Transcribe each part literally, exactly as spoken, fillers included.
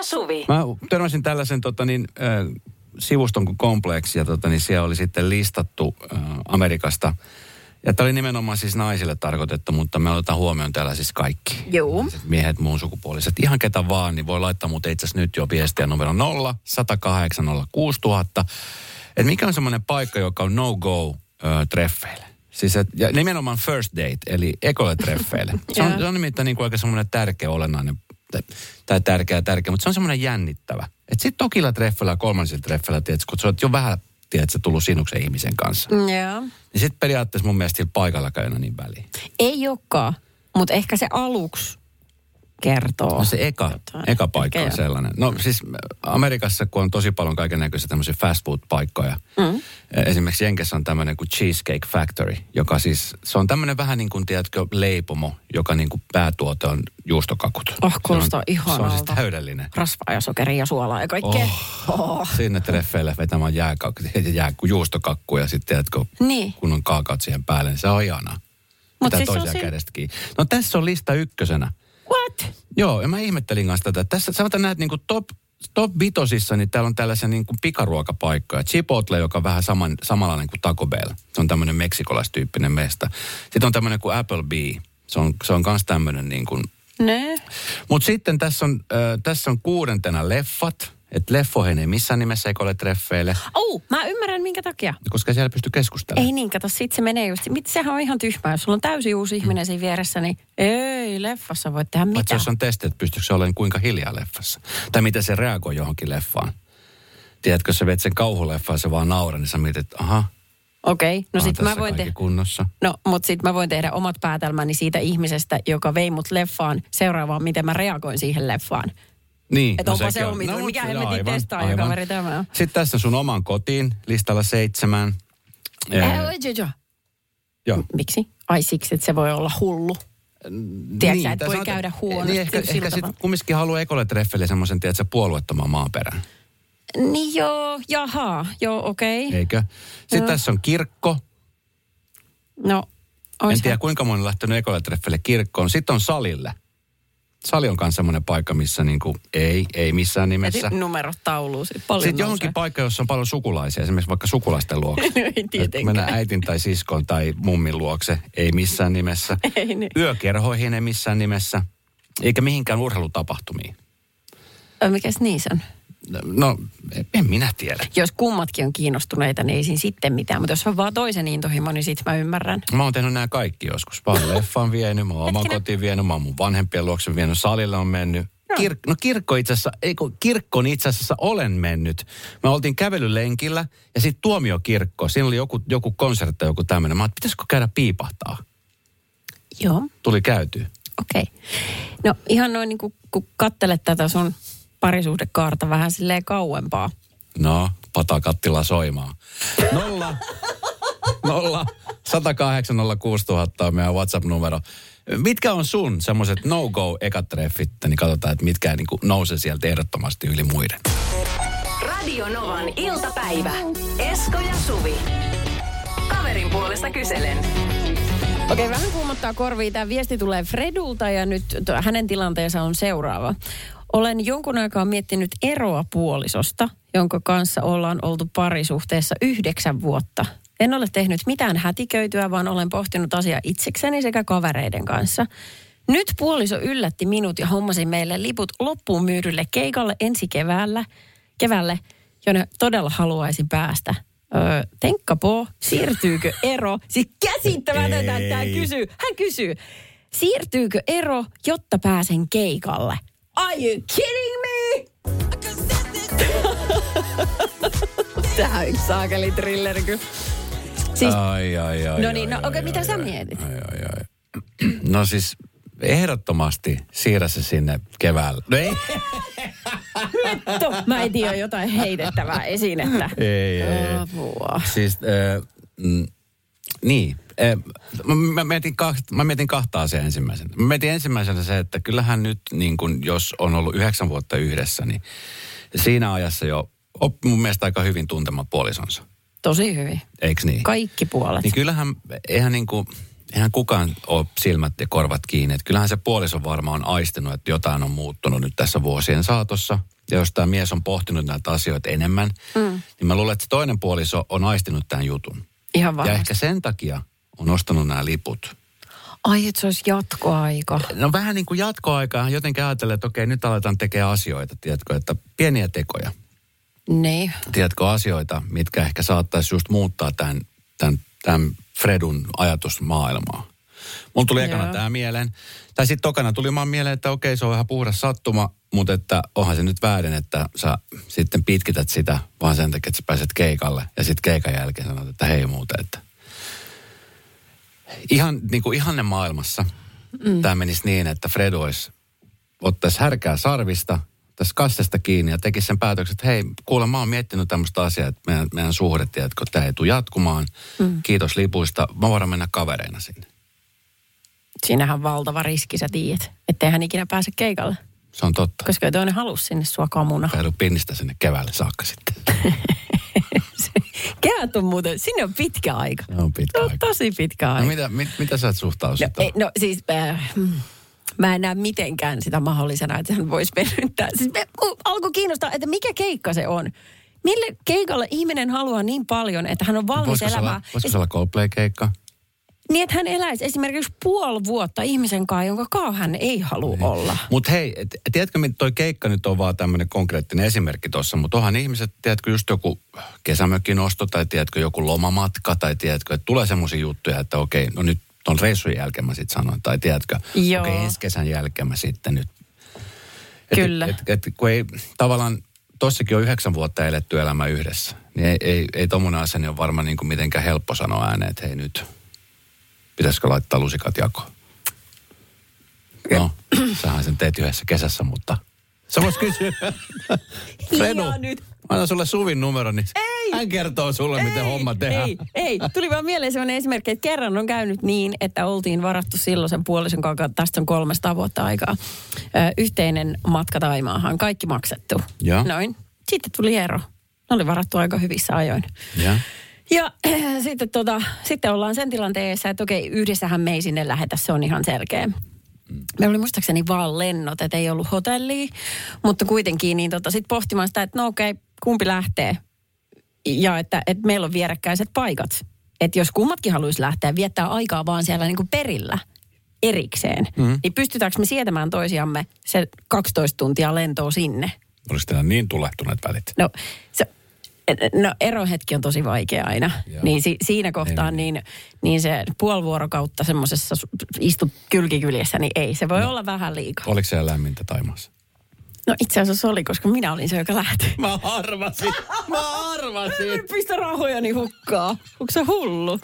Suvi. Mä törmäsin tällaisen tota niin, äh, sivuston kuin Kompleksi, ja tota niin, siellä oli sitten listattu äh, Amerikasta. Ja tämä oli nimenomaan siis naisille tarkoitettu, mutta me otetaan huomioon täällä siis kaikki. Joo. Miehet, muun sukupuoliset. Ihan ketä vaan, niin voi laittaa muuten itse asiassa nyt jo viestiä numero nolla sata kahdeksan nolla kuusi tuhatta. Että mikä on semmoinen paikka, joka on no-go äh, treffeille. Siis et, ja nimenomaan first date, eli ekolle treffeille. Se on, se on nimittäin niin kuin aika semmoinen tärkeä, olennainen, tai tärkeä, tärkeä, mutta se on semmoinen jännittävä. Että sitten tokilla treffeillä ja kolmansilla treffeillä, tiedätkö, kun sä oot jo vähän, tiedätkö, tullut sinuksen ihmisen kanssa. Joo. Niin sitten periaatteessa mun mielestä sillä paikalla käy niin väliin. Ei olekaan, mutta ehkä se aluksi kertoo. No se eka, eka paikka on sellainen. No siis Amerikassa, kun on tosi paljon kaikennäköisiä tämmöisiä fast food-paikkoja. Mm. Esimerkiksi Jenkessä on tämmöinen kuin Cheesecake Factory, joka siis, se on tämmöinen vähän niin kuin, tiedätkö, leipomo, joka niin kuin päätuote on juustokakut. Oh, kuulostaa ihanalta. Se on siis täydellinen. Rasvaa ja sokeria ja suolaa ja kaikkea. Oh, oh. Sinne treffeille vetämään jääkakku, jääkku, juustokakku ja sitten, tiedätkö, niin. kun on kaakaot siihen päälle, niin se on ihanaa. Mitä siis toisia siinä... kädestä kiinni. No tässä on lista ykkösenä. What? Joo, ja mä ihmettelin kanssa tätä. Tässä sanotaan näet niin kuin top, top vitosissa, niin täällä on tällaisia niin kuin pikaruokapaikkoja. Chipotle, joka on vähän saman, samanlainen kuin Taco Bell. Se on tämmöinen meksikolaistyyppinen mesta. Sitten on tämmöinen kuin Applebee. Se on, se on kans tämmöinen niin kuin... Ne. Mutta sitten tässä on, äh, tässä on kuudentena leffat. Että leffoihin ei missään nimessä ekolle treffeille. Oh, mä ymmärrän minkä takia. Koska siellä pystyy keskustelemaan. Ei niin, kato, sit se menee just, sehän on ihan tyhmää. Jos sulla on täysin uusi ihminen siinä vieressä, niin ei, leffassa voit tehdä mitään. Paitsi jos on testi, että pystyykö se olemaan kuinka hiljaa leffassa. Tai miten se reagoi johonkin leffaan. Tiedätkö, jos sä vet sen kauhuleffaan ja se vaan nauraa, niin sä mietit, että aha. Okei, okay. No sit mä voin tehdä. Kunnossa. No, mutta sit mä voin tehdä omat päätelmäni siitä ihmisestä, joka vei mut leffaan seuraavaan, miten mä reagoin siihen leffaan. Niin. Että no onpa se omituinen. No, mikä helvetin testaa, joka kaveri tämä on. Sitten tässä on sun oman kotiin, listalla seitsemän. Äh, jo, jo. Joo. Miksi? Ai siksi, että se voi olla hullu. Tiedätkö, niin, että voi sanot, käydä huonosti. Niin, ehkä, ehkä sitten kumminkin haluaa ekolle treffelle semmoisen, tiedätkö, puolueettoman maaperän. Niin joo, jaha, joo, okei. Okay. Eikö? Sitten joo. Tässä on kirkko. No, en tiedä, kuinka moni on lähtenyt ekolle treffelle kirkkoon. Sitten on salille. Sali on myös semmoinen paikka, missä niinku ei, ei missään nimessä. Numerot tauluun sitten paljon Sitten johonkin paikka, jossa on paljon sukulaisia, esimerkiksi vaikka sukulaisten luokse. Ei tietenkään. Mennään äitin tai siskon tai mummin luokse, ei missään nimessä. Ei niin. Yökerhoihin ei missään nimessä, eikä mihinkään urheilutapahtumiin. Mikäs niissä on? No, en minä tiedä. Jos kummatkin on kiinnostuneita, niin ei siinä sitten mitään. Mutta jos on vaan toisen intohimo, niin sit mä ymmärrän. Mä oon tehnyt nämä kaikki joskus. Mä oon leffan vienyt, mä oon oman kotiin vienyt, mä oon mun vanhempien luokse vienyt, salille on mennyt. No, Kir- no kirkko itse asiassa, ei kun kirkkoon itse asiassa olen mennyt. Me oltiin kävelylenkillä ja sitten tuomiokirkko. Siinä oli joku, joku konsertti joku tämmöinen. Mä ajattelin, pitäisikö käydä piipahtaa? Joo. Tuli käytyä. Okei. Okay. No ihan noin niin kuin, kun katselet tätä sun parisuhdekaarta vähän silleen kauempaa. No, pata kattila soimaan. Nolla, nolla, sata kahdeksan nolla kuusi tuhatta on meidän WhatsApp-numero. Mitkä on sun semmoiset no-go ekat treffit, niin katsotaan, että mitkä niin kuin nousee sieltä ehdottomasti yli muiden. Radio Novan iltapäivä. Esko ja Suvi. Kaverin puolesta kyselen. Okei, vähän kuumottaa korviin. Tämä viesti tulee Fredulta ja nyt to, hänen tilanteensa on seuraava. Olen jonkun aikaa miettinyt eroa puolisosta, jonka kanssa ollaan oltu parisuhteessa yhdeksän vuotta. En ole tehnyt mitään hätiköityä, vaan olen pohtinut asiaa itsekseni sekä kavereiden kanssa. Nyt puoliso yllätti minut ja hommasi meille liput loppuun myydylle keikalle ensi keväällä, keväälle, jonne todella haluaisin päästä. Öö, Tenkkapoo, siirtyykö ero? Siis käsittämätöntä, että hän kysyy. Hän kysyy, siirtyykö ero, jotta pääsen keikalle? Are you kidding me? Tää on yksi saakeli thrilleri kyllä. Siis, ai, ai, ai. No niin, no okei, okay, mitä ai, sä ai, mietit? Ai, ai, ai. No siis ehdottomasti siirrä se sinne keväällä. No ei. Vittu, mä en tiedä jotain heitettävää esinettä. Ei, ei. Apua. Siis, äh, mm, niin. Mä, mä, mietin kahta, mä mietin kahta asiaa ensimmäisenä. Mä mietin ensimmäisenä se, että kyllähän nyt, niin kun, jos on ollut yhdeksän vuotta yhdessä, niin siinä ajassa jo oppi mun mielestä aika hyvin tuntemaan puolisonsa. Tosi hyvin. Eiks niin? Kaikki puolet. Niin kyllähän, eihän niin kuin, eihän kukaan ole silmät ja korvat kiinni. Että kyllähän se puoliso varmaan on aistinut, että jotain on muuttunut nyt tässä vuosien saatossa. ja jos tämä mies on pohtinut näitä asioita enemmän, mm. niin mä luulen, että se toinen puoliso on aistinut tämän jutun. Ihan varmasti. Ja ehkä sen takia on ostanut nämä liput. Ai, että se olisi jatkoaika. No vähän niin kuin jatkoaikaa. Jotenkin ajatellen, että okei, nyt aletaan tekemään asioita, tiedätkö, että pieniä tekoja. Niin. Tiedätkö, asioita, mitkä ehkä saattaisi just muuttaa tämän, tämän, tämän Fredun ajatusmaailmaa. Mulla tuli ekana tämä mieleen. Tai sitten tokana tuli vaan mieleen, että okei, se on vähän puhdas sattuma, mutta että onhan se nyt väärin, että sä sitten pitkität sitä vaan sen takia, että sä pääset keikalle. Ja sitten keikan jälkeen sanot, että hei muuten, että ihan niin kuin ihanne maailmassa mm. tämä menisi niin, että Fred olisi, ottaisi härkää sarvista, ottaisi kassesta kiinni ja tekisi sen päätöksen, että hei, kuule, mä oon miettinyt tämmöistä asiaa, että meidän, meidän suhde, tiedätkö, tämä ei tule jatkumaan. Mm. Kiitos lipuista, mä voidaan mennä kavereina sinne. Siinähän on valtava riski, sä tiedät, ettei hän ikinä pääse keikalle. Se on totta. Koska toinen halusi sinne sua kamuna. Kailu pinnistä sinne keväälle saakka sitten. Kevät on muuten, sinne on pitkä aika. Se on pitkä on aika. Tosi pitkä aika. No mitä, mit, mitä sä et suhtaudu no, ei, no siis, äh, mä en näe mitenkään sitä mahdollisena, että hän voisi venyttää. Siis me, uh, alkoi kiinnostaa, että mikä keikka se on. Mille keikalle ihminen haluaa niin paljon, että hän on valmis voisiko elämään. Olla, voisiko se olla Coldplay-keikka? Niin, että hän eläisi esimerkiksi puoli vuotta ihmisen kanssa, jonka kaa hän ei halua niin olla. Mutta hei, et, tiedätkö, toi keikka nyt on vaan tämmöinen konkreettinen esimerkki tuossa, mutta onhan ihmiset, tiedätkö, just joku kesämökin osto tai tiedätkö, joku lomamatka tai tiedätkö, että tulee semmoisia juttuja, että okei, no nyt ton reissun jälkeen mä sitten sanoin, tai tiedätkö, okei, okay, ensi kesän jälkeen mä sitten nyt. Et, Kyllä. Et, et, kun ei tavallaan, tossakin on yhdeksän vuotta eletty elämä yhdessä, niin ei, ei, ei tommoinen asia niin ole varmaan niin kuin mitenkään helppo sanoa ääneen, että hei nyt. Pitäisikö laittaa lusikat jakoon? No, sähän sen teet yhdessä kesässä, mutta sä vois kysyä. Fredu, nyt. mä annan sulle Suvin numero, niin ei. Hän kertoo sulle, ei, miten homma tehdään. Ei, ei. Tuli vaan mieleen sellainen esimerkki, että kerran on käynyt niin, että oltiin varattu silloin sen puolison kanssa, tästä on kolmesta vuotta aikaa, ö, yhteinen matka Taimaahan, kaikki maksettu. Ja. Noin. Sitten tuli ero. Ne oli varattu aika hyvissä ajoin. Ja. Ja äh, sitten, tota, sitten ollaan sen tilanteessa, että okei, yhdessähän me ei sinne lähetä, se on ihan selkeä. Meillä oli muistaakseni vaan lennot, että ei ollut hotellia, mutta kuitenkin niin tota, sitten pohtimaan sitä, että no okei, kumpi lähtee. Ja että, että meillä on vierekkäiset paikat. Että jos kummatkin haluaisi lähteä viettää aikaa vaan siellä niin kuin perillä erikseen, mm-hmm. niin pystytäänkö me sietämään toisiamme se kaksitoista tuntia lentoa sinne? Oliko teillä niin tulehtuneet välit? No se... No erohetki on tosi vaikea aina. Joo. Niin si, siinä kohtaa niin, niin se puoli vuorokautta semmoisessa istut kylkikyljessä, niin ei. Se voi no. olla vähän liikaa. Oliko siellä lämmintä Taimaassa? No itse asiassa oli, koska minä olin se, joka lähti. Mä arvasin. Mä arvasin. Nyt pistä rahojani hukkaa. Onko se hullu?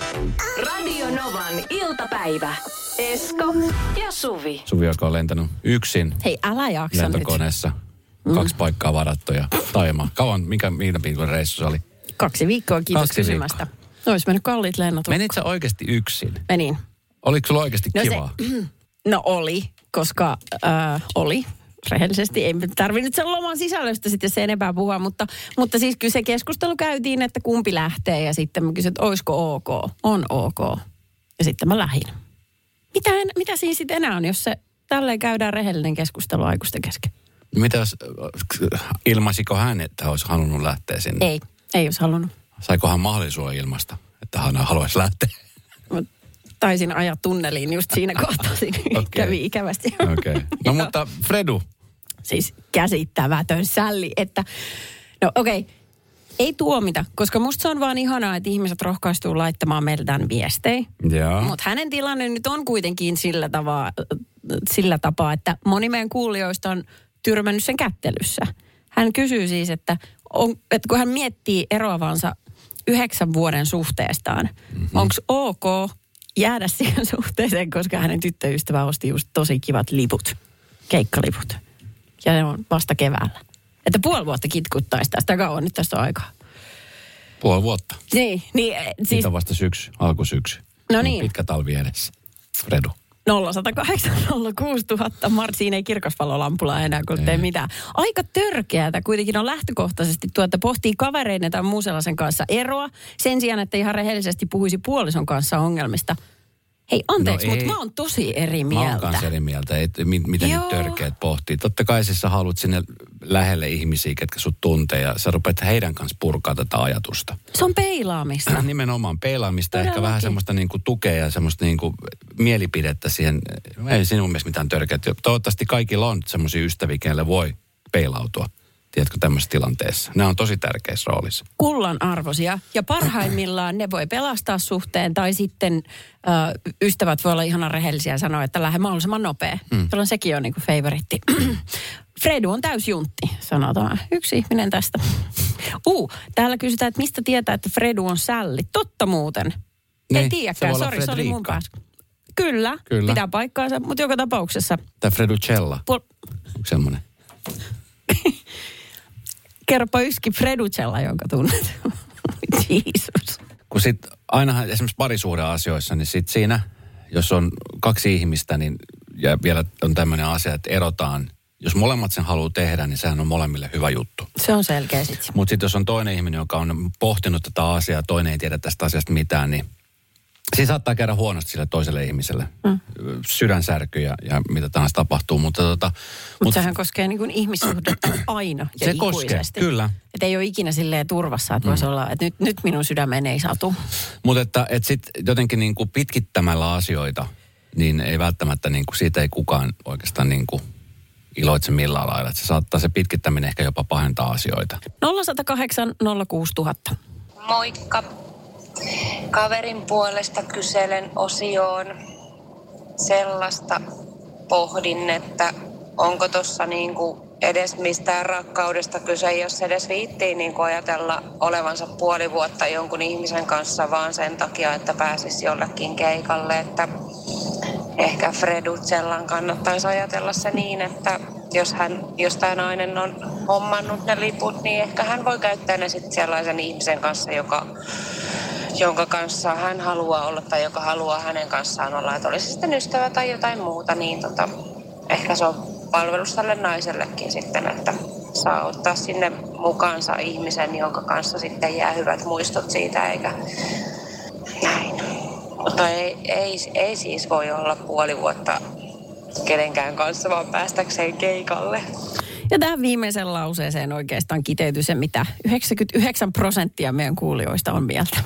Radio Novan iltapäivä. Esko ja Suvi. Suvi, joka on lentänyt yksin. Hei, älä jaksa lentokoneessa. Nyt. Kaksi mm. paikkaa varattuja. Taima. Kauan, minkä minkä viikon reissu se oli? Kaksi viikkoa, kiitos Kaksi kysymästä. Viikkoa. Olisi mennyt kalliit lennot. Menit sä oikeasti yksin? Menin. Oliko sulla oikeasti no kivaa? Se, no oli, koska äh, oli. Rehellisesti ei tarvinnut sen loman sisällöstä sitten se enempää puhua, mutta, mutta siis kyllä se keskustelu käytiin, että kumpi lähtee ja sitten mä kysyin, että olisiko ok. On ok. Ja sitten mä lähdin. Mitä, mitä siinä sitten enää on, jos se tälleen käydään rehellinen keskustelu aikuisten kesken? Mitä jos, ilmaisiko hän, että olisi halunnut lähteä sinne? Ei, ei olisi halunnut. Saikohan mahdollisuuden ilmasta, että hän haluaisi lähteä? Mä taisin ajaa tunneliin just siinä kohtaa. Siinä okay. Kävi ikävästi. Okei. Okay. No mutta Fredu. Siis käsittämätön sälli, että no okei, okay. Ei tuomita, koska musta se on vaan ihanaa, että ihmiset rohkaistuu laittamaan meille tämän viestejä. Mutta hänen tilanne nyt on kuitenkin sillä, tavaa, sillä tapaa, että moni meidän kuulijoista on tyrmännyt sen kättelyssä. Hän kysyy siis, että, on, että kun hän miettii eroavansa yhdeksän vuoden suhteestaan, mm-hmm. onko ok jäädä siihen suhteeseen, koska hänen tyttöystävä osti just tosi kivat liput, keikkaliput. Ja ne on vasta keväällä. Että puoli vuotta kitkuttaisi tästä, kauan nyt tästä aikaa. Puoli vuotta? Niin. niin siis... Siitä on vasta syksy, alkusyksy. No niin. Pitkä talvi edessä. Fredu. nolla yksi nolla kahdeksan nolla kuusi nolla nolla nolla. Siinä ei kirkosvalolampulla enää, kun tee mitään. Aika törkeätä kuitenkin on lähtökohtaisesti tuo, että pohtii kavereiden tai muun sellaisen kanssa eroa. Sen sijaan, että ihan rehellisesti puhuisi puolison kanssa ongelmista. Hei, anteeksi, No mutta ei. mä oon tosi eri Mä mieltä. oon kanssa eri mieltä, että mi- miten Joo. nyt törkeät pohtii. Totta kai siis sä haluat sinne lähelle ihmisiä, ketkä sut tuntee, ja sä rupeat heidän kanssa purkaa tätä ajatusta. Se on peilaamista. Nimenomaan peilaamista, ehkä Todellakin. vähän semmoista niinku tukea ja semmoista niinku mielipidettä siihen. Ei sinun mielestä mitään törkeää. Toivottavasti kaikilla on semmoisia ystäviä, kenelle voi peilautua, tiedätkö, tämmöisessä tilanteessa. Ne on tosi tärkeässä roolissa. Kullan arvoisia. Ja parhaimmillaan ne voi pelastaa suhteen tai sitten ö, ystävät voi olla ihana rehellisiä ja sanoa, että lähde mahdollisimman nopea. Mm. Jolloin sekin on niinku favoritti. Fredu on täysjuntti, sanotaan. Yksi ihminen tästä. Uh, täällä kysytään, että mistä tietää, että Fredu on sälli. Totta muuten. Niin, Ei se tiedäkään, voi olla sori, se oli mun Fredrika. päässä. Kyllä, Kyllä. pitää paikkaansa, mutta joka tapauksessa. Tai Freducella, Puol- onko semmoinen? Kerropa yski Freducella, jonka tunnet. Jeesus. Kun sit ainahan esimerkiksi parisuhdeasioissa, niin sit siinä, jos on kaksi ihmistä, niin ja vielä on tämmöinen asia, että erotaan. Jos molemmat sen haluaa tehdä, niin sehän on molemmille hyvä juttu. Se on selkeä sitten. Mutta sitten jos on toinen ihminen, joka on pohtinut tätä asiaa, toinen ei tiedä tästä asiasta mitään, niin siinä saattaa käydä huonosti sille toiselle ihmiselle. Mm. Sydänsärky ja, ja mitä tahansa tapahtuu, mutta tota... Mutta mut sehän koskee niin kuin ihmissuhdetta aina ja se ikuisesti. koskee, kyllä. Että ei ole ikinä silleen turvassa, että mm. voisi olla, että nyt, nyt minun sydämeni ei satu. Mutta että et sitten jotenkin niin kuin pitkittämällä asioita, niin ei välttämättä niin kuin siitä ei kukaan oikeastaan niin kuin iloitse millään lailla. Että se saattaa se pitkittäminen ehkä jopa pahentaa asioita. nolla yksi nolla kahdeksan nolla kuusi nolla nolla nolla. Moikka. Kaverin puolesta kyselen osioon sellaista pohdin, että onko tuossa niinku edes mistään rakkaudesta kyse, jos edes viittii niinku ajatella olevansa puoli vuotta jonkun ihmisen kanssa vaan sen takia, että pääsisi jollekin keikalle. Että ehkä Freducellan kannattaisi ajatella se niin, että jos, hän, jos tämä nainen on hommannut ne liput, niin ehkä hän voi käyttää ne sitten sellaisen ihmisen kanssa, joka, jonka kanssa hän haluaa olla tai joka haluaa hänen kanssaan olla. Että olisi sitten ystävä tai jotain muuta, niin tota, ehkä se on palvelus tälle naisellekin sitten, että saa ottaa sinne mukaansa ihmisen, jonka kanssa sitten jää hyvät muistot siitä, eikä näin. Mutta ei, ei, ei siis voi olla puoli vuotta kenenkään kanssa, vaan päästäkseen keikalle. Ja tähän viimeiseen lauseeseen oikeastaan kiteytyi se, mitä yhdeksänkymmentäyhdeksän prosenttia meidän kuulijoista on mieltä.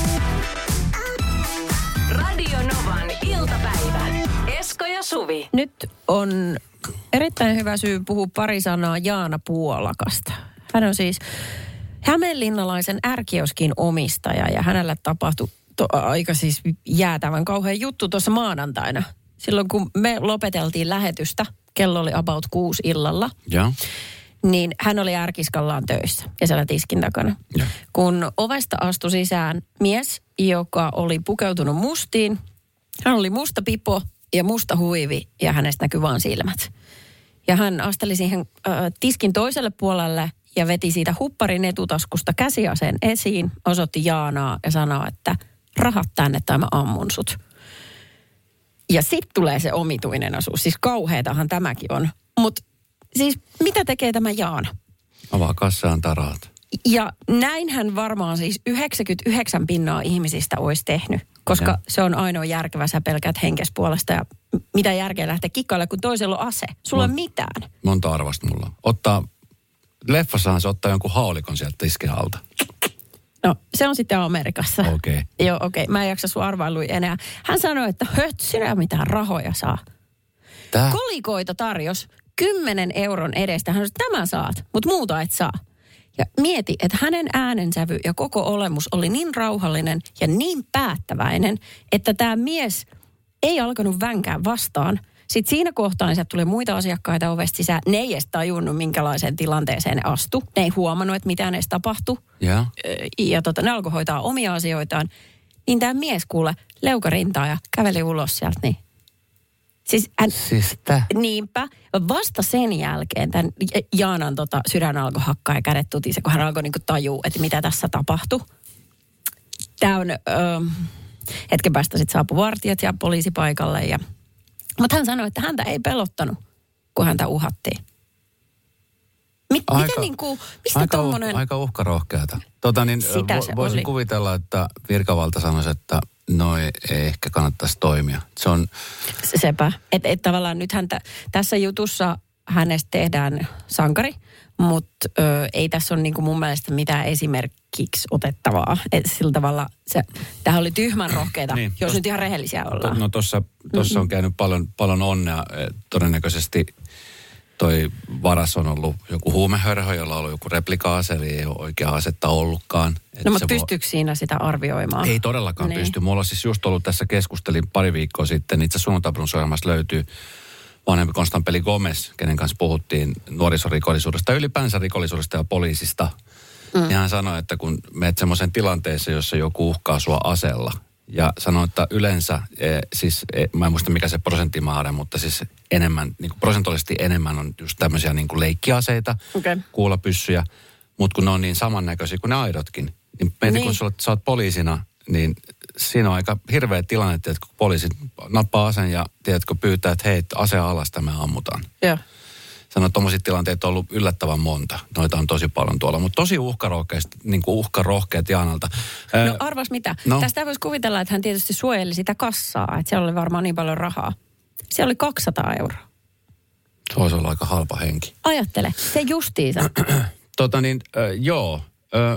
Radio Novan iltapäivä. Esko ja Suvi. Nyt on erittäin hyvä syy puhua pari sanaa Jaana Puolakasta. Hän on siis hämeenlinnalaisen ärkioskin omistaja ja hänellä tapahtui to, aika siis jäätävän kauhean juttu tuossa maanantaina. Silloin kun me lopeteltiin lähetystä, kello oli about kuusi illalla, Joo. niin hän oli ärkiskallaan töissä ja siellä tiskin takana. Ja. Kun ovesta astui sisään mies, joka oli pukeutunut mustiin, hän oli musta pipo ja musta huivi ja hänestä näkyi vaan silmät. Ja hän asteli siihen äh, tiskin toiselle puolelle ja veti siitä hupparin etutaskusta käsiaseen esiin, osoitti Jaanaa ja sanoi, että rahat tänne tai mä ammun sut. Ja sitten tulee se omituinen asuus. Siis kauheatahan tämäkin on. Mutta siis mitä tekee tämä Jaana? Avaa kassaan taraat. Ja näinhän varmaan siis yhdeksänkymmentäyhdeksän pinnaa ihmisistä olisi tehnyt. Koska ja. se on ainoa järkevä, sä pelkäät henkes puolesta. Ja mitä järkeä lähteä kikkaille, kun toisella on ase. Sulla Mon, on mitään. Monta arvasta mulla. Ottaa, leffassahan se ottaa jonkun haulikon sieltä tiskin alta. No, se on sitten Amerikassa. Okei. Okay. Joo, okei. Okay. Mä en jaksa sun arvailui enää. Hän sanoi, että höt, sinä mitään rahoja saa. Tää? Kolikoita tarjos kymmenen euron edestä. Hän sanoi, että tämä saat, mutta muuta et saa. Ja mieti, että hänen äänensävy ja koko olemus oli niin rauhallinen ja niin päättäväinen, että tämä mies ei alkanut vänkää vastaan. Sitten siinä kohtaa niin sieltä tuli muita asiakkaita ovesta sisään. Ne ei edes tajunnut, minkälaiseen tilanteeseen ne astu. Ne ei huomannut, että mitä edes tapahtui. Ja, ja tota, ne alkoi hoitaa omia asioitaan. Niin tämä mies kuule leukarintaa ja käveli ulos sieltä. Niin. Siis, hän, siis tä? Niinpä. Vasta sen jälkeen tämän Jaanan tota, sydän alkoi hakkaa ja kädet tutisi, kun hän alkoi niinku tajua, että mitä tässä tapahtui. Tämä on... Öö, hetken päästä sitten saapui vartijat ja poliisi paikalle ja... Mutta hän sanoi, että häntä ei pelottanut, kun häntä uhattiin. Mit, Aika, miten niin kuin, mistä aika, tommonen... uh, aika uhkarohkeata. Tota niin, Sitä vo, se voisin oli. kuvitella, että virkavalta sanoisi, että noi ei ehkä kannattaisi toimia. Se on... Sepä. Että et tavallaan nythän t- tässä jutussa hänestä tehdään sankari, mutta ö, ei tässä ole niinku mun mielestä mitään esimerkiksi otettavaa. Et sillä tavalla se, tämähän oli tyhmän rohkeita, Niin, jos tos- nyt ihan rehellisiä ollaan. No tuossa on käynyt paljon, paljon onnea. Todennäköisesti toi varas on ollut joku huumehörhö, jolla on ollut joku replika-ase, eli ei ole oikea asetta ollutkaan. Et No mutta se pystyykö siinä sitä arvioimaan? Ei todellakaan Niin. pysty. Mulla on siis just ollut tässä, keskustelin pari viikkoa sitten, itse sunnuntaibrunssohjelmassa löytyy vanhempi Konstanpeli Gomez, kenen kanssa puhuttiin nuorisorikollisuudesta, ylipäänsä rikollisuudesta ja poliisista. Mm. Ja hän sanoi, että kun menet semmoisen tilanteeseen, jossa joku uhkaa sua aseella, ja sanoi, että yleensä, e, siis e, mä en muista mikä se prosenttimäärä, mutta siis enemmän, niin kuin prosentuaalisesti enemmän on just tämmöisiä niin kuin leikkiaseita, Okay. kuulapyssyjä, mutta kun ne on niin samannäköisiä kuin ne aidotkin, niin mieti, Niin. kun sulla, sä oot poliisina, niin siinä on aika hirveä tilanne, että kun poliisi nappaa aseen ja tiedätkö, pyytää, että hei, asea alas, me ammutaan. Joo. Sanoin, että tuommoisia tilanteita on ollut yllättävän monta. Noita on tosi paljon tuolla, mutta tosi uhkarohkeat, niin kuin uhkarohkeat Jaanalta. No arvas mitä? No. Tästä voisi kuvitella, että hän tietysti suojeli sitä kassaa, että siellä oli varmaan niin paljon rahaa. Siellä oli kaksisataa euroa. Se voisi olla aika halpa henki. Ajattele, se justiinsa. Tota niin, äh, joo. Äh,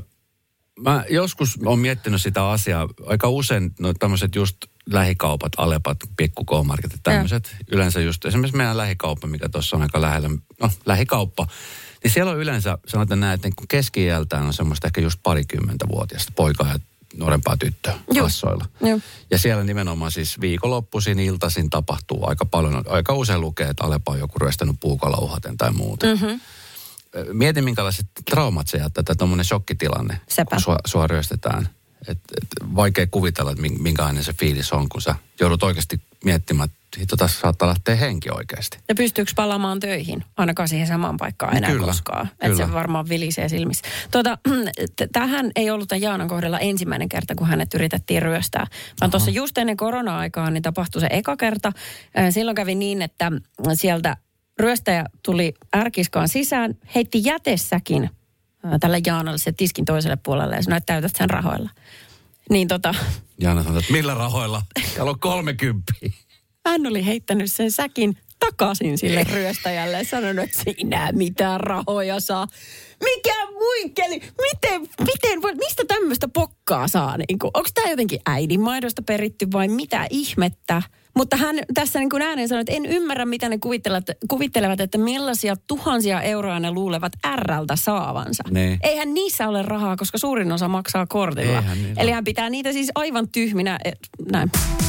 mä joskus olen miettinyt sitä asiaa. Aika usein no tämmöiset just lähikaupat, Alepat, pikku K-market ja tämmöiset. Yleensä just esimerkiksi meidän lähikauppa, mikä tuossa on aika lähellä, no lähikauppa. Niin siellä on yleensä, sanotaan näin, että kun keski-iältään on semmoista ehkä just parikymmentävuotiaista poikaa ja nuorempaa tyttöä Joo. kassoilla. Joo. Ja siellä nimenomaan siis viikonloppuisin, iltaisin tapahtuu aika paljon. Aika usein lukee, että Alepa on joku ryöstänyt puukolla uhaten tai muuta. Mm-hmm. Mieti, minkälaiset traumat se jättää, tai tuommoinen shokkitilanne, Sepä. kun sua, sua ryöstetään. Et, et, vaikea kuvitella, että minkälainen se fiilis on, kun sä joudut oikeasti miettimään, että hitto, tässä saattaa lähteä henki oikeasti. Ja pystyykö palaamaan töihin? Ainakaan siihen samaan paikkaan enää Kyllä, koskaan. Että kyllä. se varmaan vilisee silmissä. Tuota, t- tähän ei ollut tämän Jaanan kohdalla ensimmäinen kerta, kun hänet yritettiin ryöstää. Vaan tuossa just ennen korona-aikaa niin tapahtui se eka kerta. Äh, Silloin kävi niin, että sieltä ryöstäjä tuli ärkiskaan sisään, heitti jätessäkin äh, tälle Jaanalle se tiskin toiselle puolelle ja sanoi, että täytät sen rahoilla. Niin tota, Jaana sanoi, että millä rahoilla? Täällä on kolmekymppiä. hän oli heittänyt sen säkin takaisin sille ryöstäjälle ja sanonut, että sinä mitään rahoja saa. Mikä muikkeli? Miten, miten voi, mistä tämmöistä pokkaa saa? Niin onko tämä jotenkin äidinmaidosta peritty vai mitä ihmettä? Mutta hän tässä niin kuin ääneen sanoi, että en ymmärrä, mitä ne kuvittelevat, kuvittelevat, että millaisia tuhansia euroa ne luulevat R:ltä saavansa. Niin. Eihän niissä ole rahaa, koska suurin osa maksaa kortilla. Eihän niillä Eli ole. hän pitää niitä siis aivan tyhminä. Et, näin.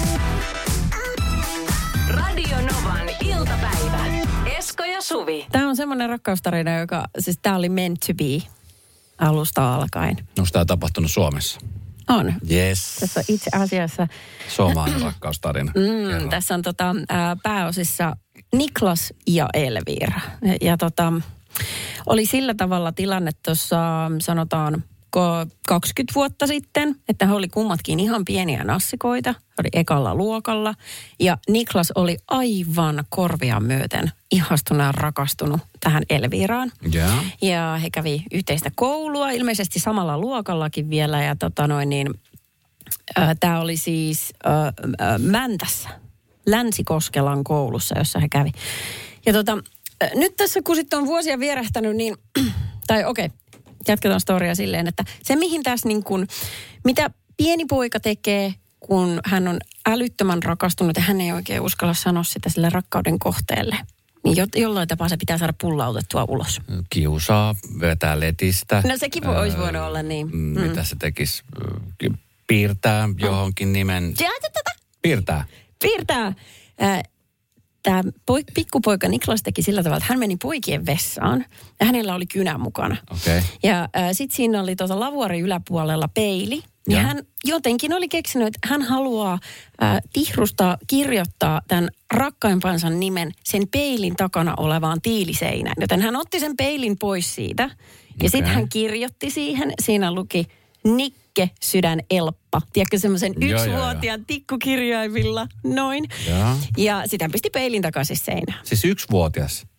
Radio Novan iltapäivä. Esko ja Suvi. Tämä on semmoinen rakkaustarina, joka, siis tämä oli meant to be alusta alkaen. Onko tämä tapahtunut Suomessa? On. Yes. Tässä on itse asiassa, Suomalainen rakkaustarina. mm, tässä on tota, ää, pääosissa Niklas ja Elvira. Ja, ja tota, oli sillä tavalla tilanne tuossa, sanotaan, ko- kaksikymmentä vuotta sitten, että he oli kummatkin ihan pieniä nassikoita. He oli ekalla luokalla. Ja Niklas oli aivan korvia myöten ihastunut ja rakastunut tähän Elviraan. Joo. Ja he kävi yhteistä koulua, ilmeisesti samalla luokallakin vielä. Ja tota noin niin, äh, tämä oli siis äh, äh, Mäntässä, Länsi-Koskelan koulussa, jossa he kävi. Ja tota, äh, nyt tässä kun sitten on vuosia vierähtänyt, niin, tai okei, okay, jatketaan storia silleen, että se mihin tässä niin kuin, mitä pieni poika tekee, kun hän on älyttömän rakastunut ja hän ei oikein uskalla sanoa sitä sille rakkauden kohteelle. Niin jo, jollain tapaa se pitää saada pullautettua ulos. Kiusaa, vetää letistä. No sekin voi, olisi voinut olla niin. Mm. Mitä se tekisi? Piirtää johonkin nimen. Piirtää. Piirtää. Tämä poik, pikkupoika Niklas teki sillä tavalla, että hän meni poikien vessaan ja hänellä oli kynä mukana. Okei. Okay. Ja sitten siinä oli tuota lavuari yläpuolella peili. Ja, Ja. hän jotenkin oli keksinyt, että hän haluaa äh, tihrustaa, kirjoittaa tämän rakkaimpansa nimen sen peilin takana olevaan tiiliseinään. Joten hän otti sen peilin pois siitä. Ja Okei. sitten hän kirjoitti siihen. Siinä luki Nikke Sydän Elppa. Tiedätkö semmoisen Joo, joo, yksivuotiaan tikkukirjaimilla. Noin. Joo. Ja sitten hän pisti peilin takaisin seinään. Siis yksivuotias.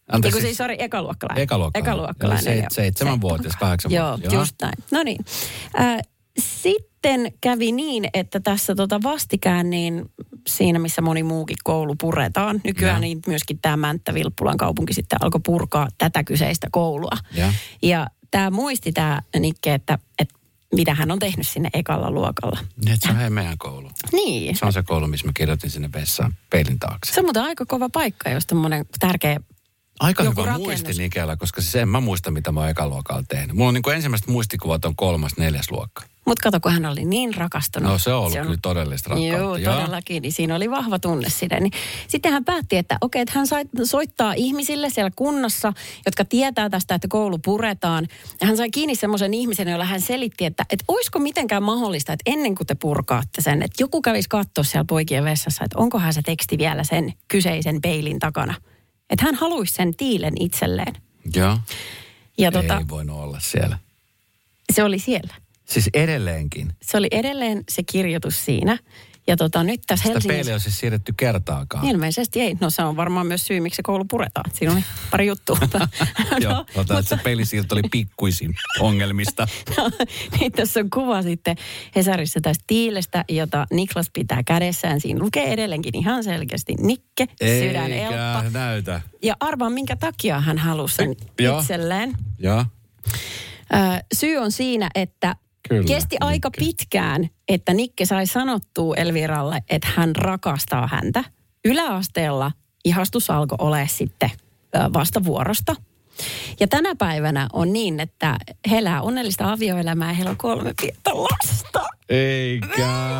Anteeksi. Eiku siis, sori, ekaluokkalainen. Ekaluokkalainen. Ekaluokkalainen. Eli joo. se, seitsemänvuotias, kahdeksanvuotias. Joo, just näin. No niin. Äh, sitten kävi niin, että tässä tota vastikään niin siinä, missä moni muukin koulu puretaan. Nykyään niin myöskin tämä Mänttä-Vilppulan kaupunki sitten alkoi purkaa tätä kyseistä koulua. Ja, ja tämä muisti tämä Nikke, että, että mitä hän on tehnyt sinne ekalla luokalla. niin, että se on hei meidän koulu. Niin. Se on se koulu, missä mä kirjoitin sinne vessaan peilin taakse. Se on muuten aika kova paikka, jos tämmöinen tärkeä Aika joku hyvä rakennus. muisti Nikellä, koska siis en mä muista, mitä mä oon ekaluokalla tehnyt. Mulla on niin kuin ensimmäiset muistikuvat on kolmas, neljäs luokka. Mutta kato, kun hän oli niin rakastunut. No se on ollut se on... kyllä todellista rakkautta. Joo, todellakin. Niin siinä oli vahva tunne sinne. Niin sitten hän päätti, että okei, että hän sai, soittaa ihmisille siellä kunnassa, jotka tietää tästä, että koulu puretaan. Ja hän sai kiinni semmoisen ihmisen, jolla hän selitti, että, että olisiko mitenkään mahdollista, että ennen kuin te purkaatte sen, että joku kävisi katsoa siellä poikien vessassa, että onkohan se teksti vielä sen kyseisen peilin takana. Että hän haluaisi sen tiilen itselleen. Joo. Ja tota, ei voinut olla siellä. Se oli siellä. Siis edelleenkin. Se oli edelleen se kirjoitus siinä. Ja tota, nyt tässä Sitä Helsingissä... peiliä on siis siirretty kertaakaan. Ilmeisesti ei. No se on varmaan myös syy, miksi se koulu puretaan. Siinä oli pari juttua. no, Joo, otan, että se peilisiirto oli pikkuisin ongelmista. no, niin tässä on kuva sitten Hesarissa tästä tiilestä, jota Niklas pitää kädessään. Siinä lukee edelleenkin ihan selkeästi Nikke, sydän, elppa. Eikä näytä. Ja arvaa, minkä takia hän halusi sen Joo. itselleen. Joo. Ö, syy on siinä, että Kyllä, kesti aika Nikke. pitkään, että Nikke sai sanottua Elviralle, että hän rakastaa häntä. Yläasteella ihastus alkoi olemaan sitten ö, vasta vuorosta. Ja tänä päivänä on niin, että he elää onnellista avioelämää ja heillä on kolme pientä lasta. Eikä.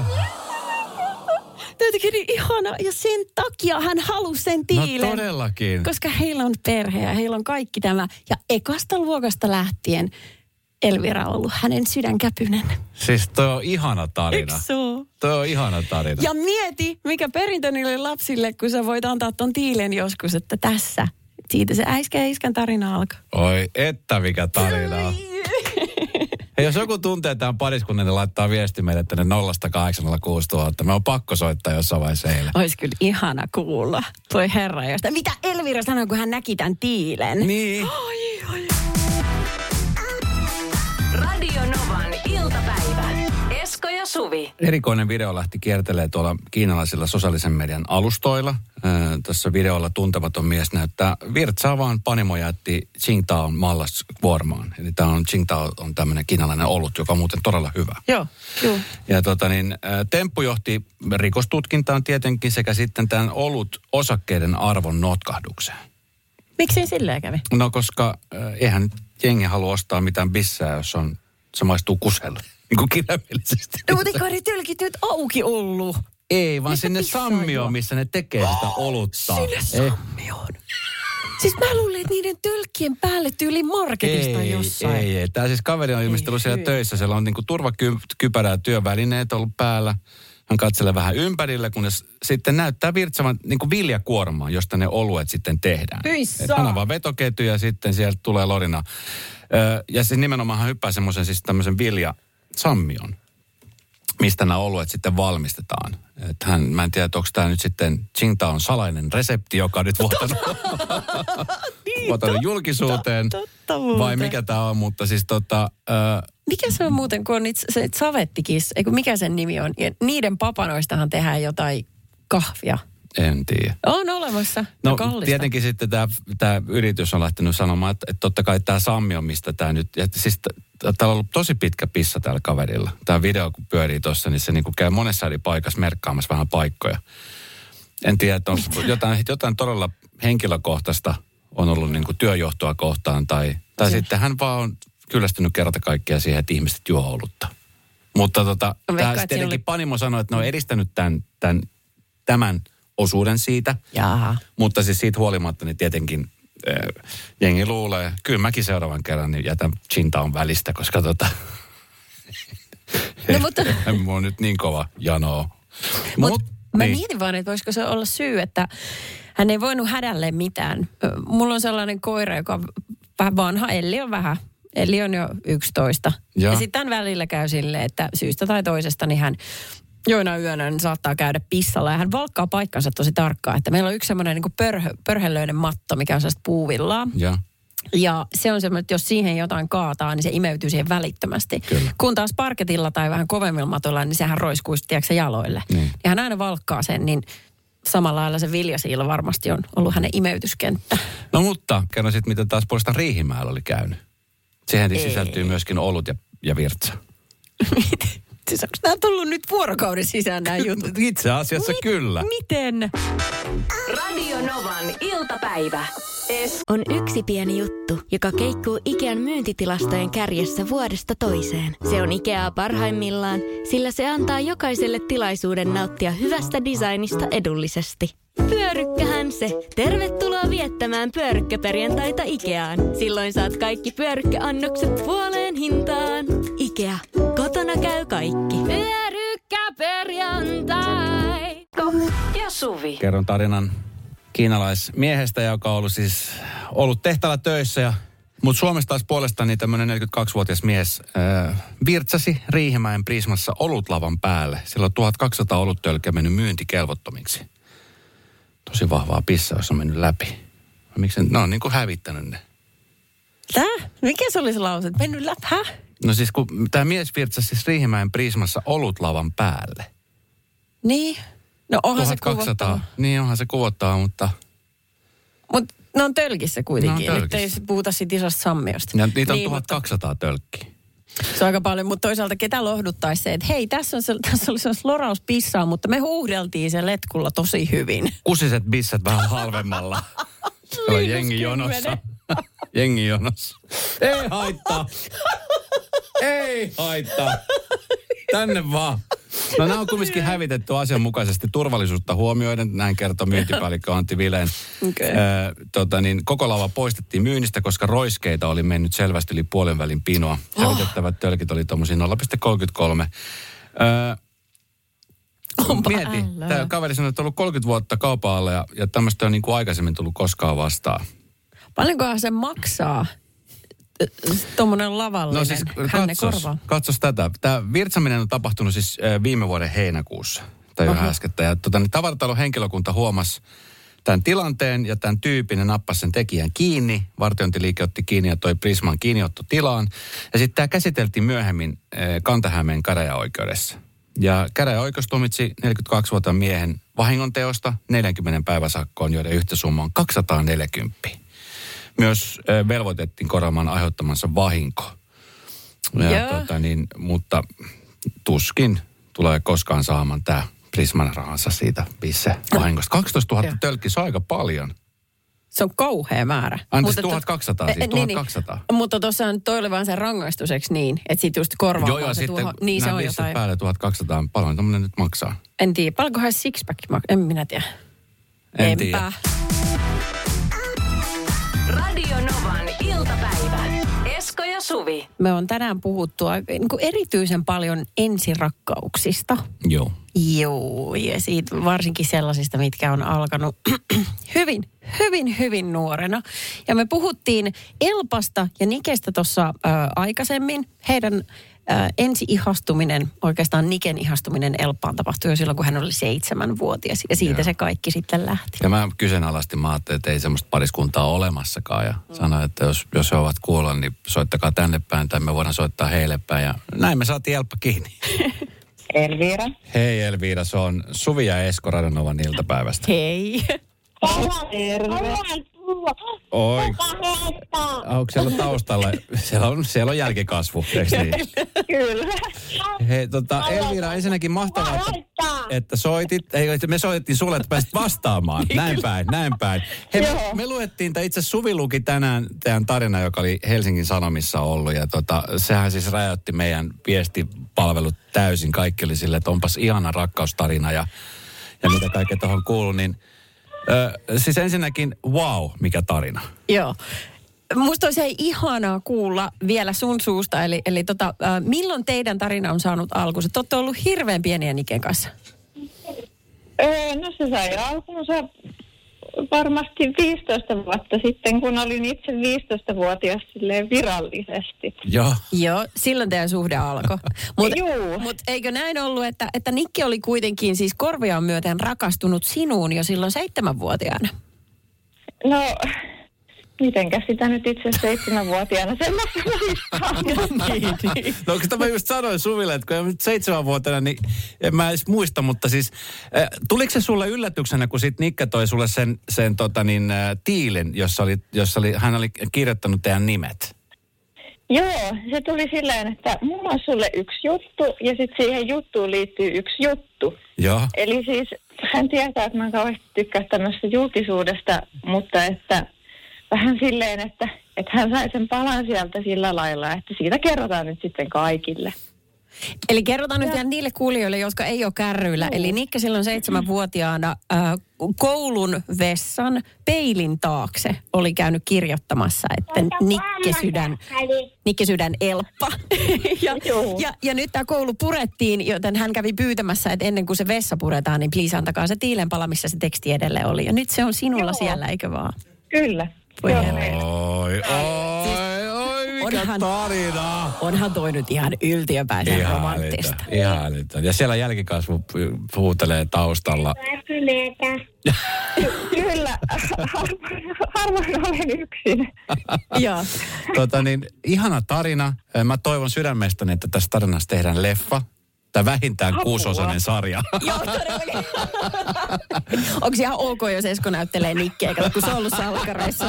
Tietenkin niin ihana ja sen takia hän halusi sen tiilen. No todellakin. Koska heillä on perhe ja heillä on kaikki tämä. Ja ekasta luokasta lähtien Elvira on ollut hänen sydänkäpynen. Siis toi on ihana tarina. Eikö se ole? Toi on ihana tarina. Ja mieti, mikä perintö niille lapsille, kun sä voit antaa ton tiilen joskus, että tässä. Siitä se äiskä ja iskän tarina alkaa. Oi, että mikä tarina on. Hei, jos joku tuntee tämän pariskunnan, niin laittaa viesti meille tänne nolla kahdeksan nolla kuusi nolla nolla nolla. Me on pakko soittaa jossain vaiheessa heille. Olisi kyllä ihana kuulla. Toi herra josta. Mitä Elvira sanoi, kun hän näki tämän tiilen? Niin. Ai, ai. Radio Novan iltapäivä. Esko ja Suvi. Erikoinen video lähti kiertelee tuolla kiinalaisilla sosiaalisen median alustoilla. Äh, tässä videolla tuntematon mies näyttää virtsaavaan panimojätti Tsingtaon mallaskuormaan. Eli tämä on Tsingtao on tämmöinen kiinalainen olut, joka on muuten todella hyvä. Joo, joo. Ja tota niin, äh, temppu johti rikostutkintaan tietenkin sekä sitten tämän olut osakkeiden arvon notkahdukseen. Miksi silleen kävi? No koska äh, eihän nyt jengi halua ostaa mitään bissää, jos on, se maistuu kuselle. Niin kuin kirjaimellisesti. No mutta eikö ne tölkit nyt auki ollut? Ei, vaan Mistä sinne pissaa sammioon, juo? missä ne tekee sitä olutta. Sinne sammioon. Siis mä luulin, että niiden tölkkien päälle tyyli marketista ei, jossain. Ei, ei. Tämä siis kaveri on ilmeisesti ollut siellä hyi. töissä. Siellä on niinku turvakypärä ja työvälineet ollut päällä. Hän katselee vähän ympärille, kunnes sitten näyttää virtsavan niinku viljakuormaa, josta ne oluet sitten tehdään. Hyssä. Et hän avaa vetoketju ja sitten sieltä tulee lorina. Ö, ja siis nimenomaan hän hyppää semmoisen siis tämmöisen viljasammion, mistä nämä oluet sitten valmistetaan. Et hän, mä en tiedä, onko tämä nyt sitten Tsingtaon salainen resepti, joka on nyt vuotanut, Niin, vuotanut julkisuuteen. totta muuten. Vai mikä tämä on, mutta siis tota... Ö, Mikä se on muuten, kun on niitä, se savettikis, eikö mikä sen nimi on? Ja niiden papanoistahan tehdään jotain kahvia. en tiedä. On olemassa. No Ja kallista. tietenkin sitten tämä, tämä yritys on lähtenyt sanomaan, että, että totta kai tämä Sammi on mistä tämä nyt, ja siis t- täällä on ollut tosi pitkä pissa täällä kaverilla. Tämä video kun pyörii tuossa, niin se niin kuin käy monessa eri paikassa merkkaamassa vähän paikkoja. En tiedä, että on jotain, jotain todella henkilökohtaista on ollut niin kuin työjohtoa kohtaan, tai, tai sitten hän vaan on kyllästynyt kerta kaikkiaan siihen, että ihmiset juo olutta. Mutta tota, veikkaan, tämä että tietenkin siinä oli- Panimo sanoi, että ne on edistänyt tämän, tämän, tämän osuuden siitä. Jaha. Mutta siis siitä huolimatta, niin tietenkin äh, jengi luulee, kyllä mäkin seuraavan kerran niin jätän Tsingtaon välistä, koska tota... No, mutta- Mulla on nyt niin kova janoa. Mut mä niin. mietin vaan, että voisiko se olla syy, että hän ei voinut hädälle mitään. Ö, Mulla on sellainen koira, joka on vähän vanha. Elli on vähän. Elli on jo yksitoista. Ja. Ja sitten välillä käy silleen, että syystä tai toisesta niin hän joina yönä niin saattaa käydä pissalla ja hän valkkaa paikkansa tosi tarkkaan. Että meillä on yksi semmoinen niin kuin pörhö, pörhelöinen matto, mikä on sellaista puuvillaa. Ja. Ja se on semmoinen, että jos siihen jotain kaataa, niin se imeytyy siihen välittömästi. Kyllä. Kun taas parketilla tai vähän kovemmilla matoilla, niin sehän roiskuisi, tiedätkö, jaloille. Niin. Ja hän aina valkkaa sen, niin samalla lailla se viljasiila varmasti on ollut hänen imeytyskenttä. No mutta, kerro sitten, mitä taas puolestaan Riihimäellä oli käynyt. Siihen Ei. sisältyy myöskin olut ja, ja virtsa. Siis onko nämä tullut nyt vuorokauden sisään nämä jutut? Itse asiassa Mit, kyllä. Miten? Radio Novan iltapäivä. Es- On yksi pieni juttu, joka keikkuu Ikean myyntitilastojen kärjessä vuodesta toiseen. Se on Ikeaa parhaimmillaan, sillä se antaa jokaiselle tilaisuuden nauttia hyvästä designista edullisesti. Pyörykkähän se. Tervetuloa viettämään pyörykkäperjantaita Ikeaan. Silloin saat kaikki pyörykkäannokset puoleen hintaan. Ikea. Kotona käy kaikki. Pyörykkäperjantai. ja Suvi. Kerron tarinan kiinalaismiehestä, joka on ollut siis ollut tehtaalla töissä. Ja, mutta Suomessa taas puolestaan niin tämmöinen neljäkymmentäkaksivuotias mies äh, virtsasi Riihimäen Prismassa olutlavan päälle. Sillä on tuhatkaksisataa oluttölkkiä mennyt myyntikelvottomiksi. Tosi vahvaa pissa, jos on mennyt läpi. Miksi ne on niin kuin hävittänyt ne? Tää? Mikä se oli se lause? Mennyt läpi? Häh? No siis kun tämä mies virtsasi siis Riihimäen Prismassa olutlavan päälle. Niin. No onhan se tuhatkaksisataa. kuvottava. Niin onhan se kuvottava, mutta... Mutta ne on tölkissä kuitenkin. Ne on Nyt ei tölkissä. puhuta siitä isosta sammiosta. Ja niitä on niin, tuhatkaksisataa tölkkiä. Se on aika paljon, mutta toisaalta ketä lohduttaisi se, että hei, tässä, on se, tässä oli sellaista lorauspissaa, mutta me huuhdeltiin se letkulla tosi hyvin. Kusiset bissat vähän halvemmalla. Siellä on jengi jonossa. Jengi jonossa. Ei haittaa. Ei haittaa. Tänne vaan. No nämä on kumminkin hävitetty asianmukaisesti turvallisuutta huomioiden. Näin kertoo myyntipäällikkö Antti Vileen. Okay. Ö, tota niin, koko lava poistettiin myynnistä, koska roiskeita oli mennyt selvästi yli puolen välin pinoa. Hävitettävät tölkit oli tuommoisia nolla pilkku kolmekymmentäkolme. Ö, Onpa mieti, ällöä. tämä kaveri sanoi, että on ollut kolmekymmentä vuotta kaupan alla ja, ja tämmöistä on niin kuin aikaisemmin tullut koskaan vastaan. Paljonkohan se maksaa, tuommoinen lavallinen No siis hänne katsos, korvaa? katsos tätä. Tämä virtsaminen on tapahtunut siis äh, viime vuoden heinäkuussa. Tai ihan äskettä. Ja tota, niin tavaratalon henkilökunta huomasi tämän tilanteen ja tämän tyypin ja nappasi sen tekijän kiinni. Vartiointiliike otti kiinni ja toi Prisman kiinniottotilaan. Ja sitten tämä käsiteltiin myöhemmin äh, Kanta-Hämeen käräjäoikeudessa. Ja käräjäoikeus tuomitsi neljäkymmentäkaksivuotiaan miehen vahingonteosta neljänkymmenen päiväsakkoon, joiden yhteissumma on kaksisataaneljäkymmentä. Myös äh, velvoitettiin korvaamaan aiheuttamansa vahinko. Ja, tota, niin, mutta tuskin tulee koskaan saamaan tämä Prisman rahansa siitä pisse vahingosta. kaksitoistatuhatta tölkki, se on aika paljon. Se on kauhea määrä. Anteeksi, Mutta to- tuhatkaksisataa siis, Eh, niin, tuhatkaksisataa. Niin. Mutta tuossa on toi oli vaan sen rangaistukseksi niin, että sit just korvaamaan Joo, joo, se sitten tuohon. Niin se nämä on bisset jotain. päälle tuhatkaksisataa, paljon tämmöinen nyt maksaa. En tiedä, paljonkohan sixpack maksaa, en minä tiedä. En Enpä. tiedä. Radio Novan iltapäivä. Esko ja Suvi. Me on tänään puhuttu aika- niin kuin erityisen paljon ensirakkauksista. Joo. Joo, ja siitä varsinkin sellaisista, mitkä on alkanut hyvin, hyvin, hyvin nuorena. Ja me puhuttiin Elpasta ja Nikestä tuossa aikaisemmin. Heidän ä, ensi-ihastuminen, oikeastaan Niken ihastuminen Elppaan tapahtui jo silloin, kun hän oli seitsemänvuotias. Ja siitä Joo. se kaikki sitten lähti. Ja mä kyseenalaistin, mä ajattelin, että ei semmoista pariskuntaa ole olemassakaan. Ja mm. sanoin, että jos, jos he ovat kuulla, niin soittakaa tänne päin tai me voidaan soittaa heille päin. Ja näin me saatiin Elppa kiinni. Elvira. Hei Elvira, se on Suvi ja Esko Radio Novan iltapäivästä. Hei. Terve. Oi. Onko siellä taustalla? Siellä on, siellä on jälkikasvu, eikö niin? Kyllä. Hei, tota, Elvira, ensinnäkin mahtavaa, että, että soitit. Ei, että me soitettiin sulle, että pääsit vastaamaan. Näin päin, näin päin. Hei, me, me luettiin, tai itse Suvi luki tänään teidän tarina, joka oli Helsingin Sanomissa ollut. Ja tota, sehän siis räjäytti meidän viestipalvelut täysin. Kaikki oli silleen, että onpas ihana rakkaustarina ja, ja mitä kaikkea tuohon kuuluu, niin... Ö, siis ensinnäkin, wow, mikä tarina. Joo. Musta olisi hei ihanaa kuulla vielä sun suusta, eli, eli tota, äh, milloin teidän tarina on saanut alkunsa? Te olette ollut hirveän pieniä Niken kanssa. Öö, no se sai alkunsa varmasti viisitoista vuotta sitten, kun olin itse viisitoistavuotias silleen virallisesti. Joo. Joo, silloin teidän suhde alkoi. Mutta Juu. mut eikö näin ollut, että, että Nikki oli kuitenkin siis korviaan myöten rakastunut sinuun jo silloin seitsemänvuotiaana? No, mitenkäs sitä nyt itse seitsemänvuotiaana semmoista muistaa. niin, niin. No onko mä just sanoin Suville, että kun olen nyt seitsemänvuotiaana, niin en mä edes muista, mutta siis äh, tuliko se sulle yllätyksenä, kun sit Nikke toi sulle sen, sen tota niin, äh, tiilin, jossa, oli, jossa oli, hän oli kirjoittanut teidän nimet? Joo, se tuli silleen, että mulla on sulle yksi juttu ja sitten siihen juttuun liittyy yksi juttu. Joo. Eli siis hän tietää, että mä kauheasti tykkään tämmöistä julkisuudesta, mutta että vähän silleen, että, että hän sai sen palan sieltä sillä lailla, että siitä kerrotaan nyt sitten kaikille. Eli kerrotaan nyt vielä niille kuulijoille, jotka ei ole kärryillä. Eli Nikke silloin seitsemänvuotiaana äh, koulun vessan peilin taakse oli käynyt kirjoittamassa, että Nikke sydän, Nikke sydän elppa. ja, ja, ja nyt tämä koulu purettiin, joten hän kävi pyytämässä, että ennen kuin se vessa puretaan, niin please antakaa se tiilenpala, missä se teksti edelleen oli. Ja nyt se on sinulla Joo. siellä, eikö vaan? Kyllä. Voi oi, oi, oi, mikä onhan, tarina. Onhan toi nyt ihan yltiöpäisen Ihan romanttista. Ihan älytön. Ja siellä jälkikasvu huutelee taustalla. Kyllä, harvoin olen yksin. Joo. tota niin, ihana tarina. Mä toivon sydämestäni, että tästä tarinasta tehdään leffa. Tai vähintään Apua. kuusosainen sarja. Joo, todellakin. Onko ihan ok, jos Esko näyttelee Nikkeä, kun se on ollut salkkareissa?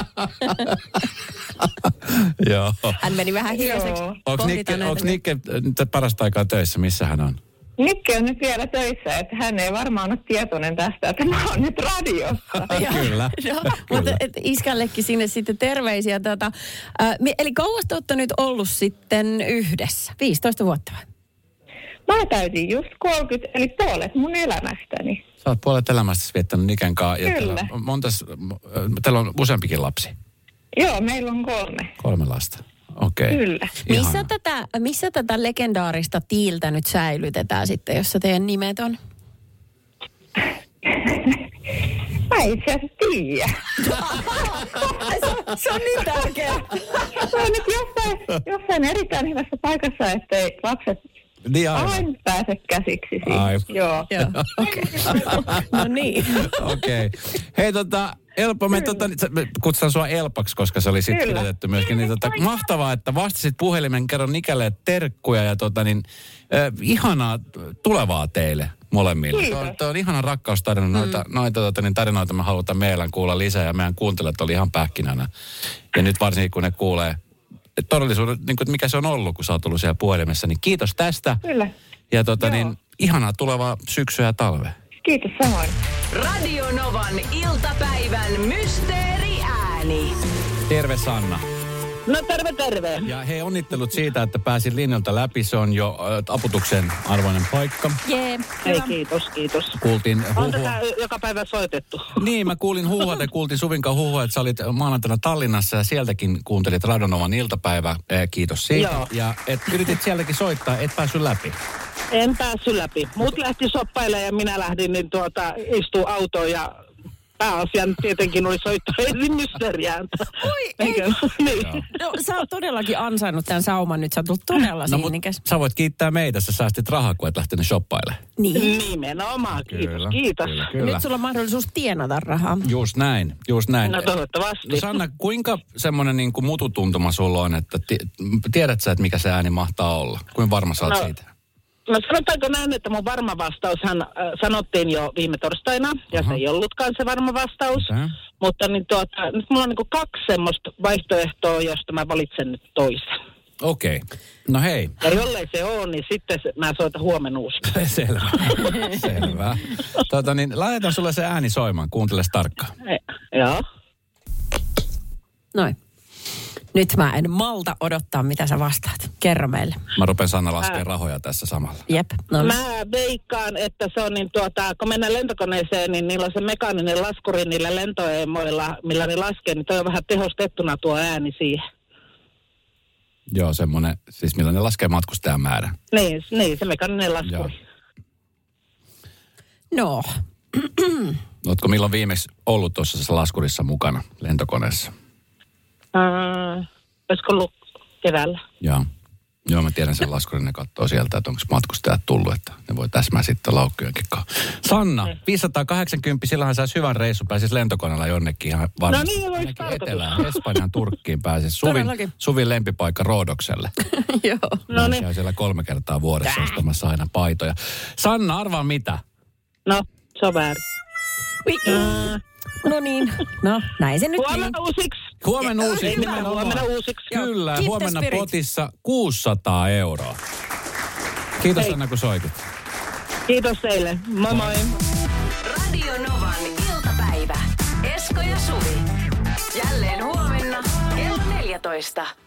Joo. Hän meni vähän hiljaiseksi. Onko Nikke, onko Nikke nyt parasta aikaa töissä? Missä hän on? Nikke on nyt vielä töissä, että hän ei varmaan ole tietoinen tästä, että mä oon nyt radiossa. Kyllä. No, mutta et iskällekin sinne sitten terveisiä. Tota, äh, eli kauas te olette nyt ollut sitten yhdessä? viisitoista vuotta vai? Mä täytin just kolmekymmentä, eli puolet mun elämästäni. Sä oot puolet elämästäsi viettänyt Niken kanssa. Ja Kyllä. Teillä on, montas, teillä on useampikin lapsi? Joo, meillä on kolme. Kolme lasta. Okei. Okay. Kyllä. Missä tätä, missä tätä legendaarista tiiltä nyt säilytetään sitten, jossa teidän nimet on? Mä itse asiassa tiedä. se, se on niin tärkeä. Se on nyt jossain, jossain erittäin hyvässä paikassa, ettei lapset Niin aina pääse käsiksi siihen. Aivan. Joo. Joo, okei. Okay. No niin. Okei. Okay. Hei tota, Elpo, me, tota, me kutsutaan sua Elpaksi, koska se oli sitten kirjoitettu myöskin. Niin, tota, mahtavaa, että vastasit puhelimen, kerron Nikelle terkkuja ja tota, niin, äh, ihanaa tulevaa teille molemmille. Tuo, tuo on ihana rakkaustarina. Noita, mm. noita tota, niin tarinoita me halutaan meidän kuulla lisää ja meidän kuuntelijat oli ihan pähkinänä. Ja nyt varsinkin kun ne kuulee todellisuuden, niin kuin, mikä se on ollut, kun sä oot ollut siellä puhelimessa, niin kiitos tästä. Kyllä. Ja tota, niin, ihanaa tulevaa syksyä ja talvea. Kiitos samoin. Radio Novan iltapäivän mysteeriääni. Terve Sanna. No terve, terve. Ja hei, onnittelut siitä, että pääsit linjalta läpi. Se on jo äh, aputuksen arvoinen paikka. Jee. Hei, kiitos, kiitos. Kuultiin On huhua. tätä joka päivä soitettu. Niin, mä kuulin huhua, te kuultiin Suvinkaan huhua, että sä olit maanantaina Tallinnassa ja sieltäkin kuuntelit Radonovan iltapäivä. Eh, kiitos siitä. Joo. Ja et yritit sieltäkin soittaa, et päässyt läpi. En päässyt läpi. Muut lähti soppailemaan ja minä lähdin niin tuota, istua autoon ja pääasian tietenkin oli soittaa ensin mysteeriääntä. Oi, ei. Niin. No, sä oot todellakin ansainnut tämän sauman nyt. Sä oot tullut todella No, sinnikäs. sä voit kiittää meitä, sä säästit rahaa, kun et lähtenyt shoppailemaan. Niin. Nimenomaan, kiitos, Kyllä, kiitos. Kyllä, kyllä. Nyt sulla on mahdollisuus tienata rahaa. Just näin, just näin. No toivottavasti. No Sanna, kuinka semmoinen niin kuin mututuntuma sulla on, että ti- tiedät sä, että mikä se ääni mahtaa olla? Kuinka varma sä oot No. siitä? No sanotaanko näin, että mun varma vastaushan äh, sanottiin jo viime torstaina, ja Aha. se ei ollutkaan se varma vastaus. Okay. Mutta niin tuota, nyt mulla on niin kuin kaksi semmoista vaihtoehtoa, josta mä valitsen nyt toisen. Okei. Okay. No hei. Ja jollei se ole, niin sitten se, mä soitan huomenna uusiksi. Selvä. Selvä. Tota niin, laitetaan sulle se ääni soimaan. Kuunteles tarkkaan. E- Joo. Noin. Nyt mä en malta odottaa, mitä sä vastaat. Kerro meille. Mä rupen Sanna laskemaan Ää. rahoja tässä samalla. Jep. No, Mä veikkaan, että se on niin tuota, kun mennään lentokoneeseen, niin niillä on se mekaaninen laskuri niillä lentoemoilla, millä ne laskee, niin toi on vähän tehostettuna tuo ääni siihen. Joo, semmoinen, siis millä ne laskee matkustajan määrän. Niin, niin se mekaaninen laskuri. Joo. no. Ootko milloin viimeksi ollut tuossa laskurissa mukana lentokoneessa? Öö, olisiko ollut keväällä? Joo. Joo, mä tiedän sen laskurin, ne katsoo sieltä, että onko matkustajat tullut, että ne voi täsmää sitten laukkujenkin kanssa. Sanna, viisisataakahdeksankymmentä, sillähän saisi hyvän reissu, pääsisi lentokoneella jonnekin ihan varmasti. No niin, voisi tarkoitus. Etelään, Espanjan, Turkkiin pääsisi. Suvin, Suvin lempipaikka Roodokselle. Joo. No niin. Käy siellä kolme kertaa vuodessa ostamassa aina paitoja. Sanna, arvaa mitä? No, se on väärin. Uh. No niin, no näin se nyt Huomenna uusiksi. Huomenna uusiksi. Ei mitään, huomenna uusiksi. Kyllä, Keep the huomenna spirit. potissa kuusisataa euroa. Kiitos Hei. Anna, kun soitit. Kiitos teille. Moi moi. Radio Novan iltapäivä. Esko ja Suvi. Jälleen huomenna kello neljätoista.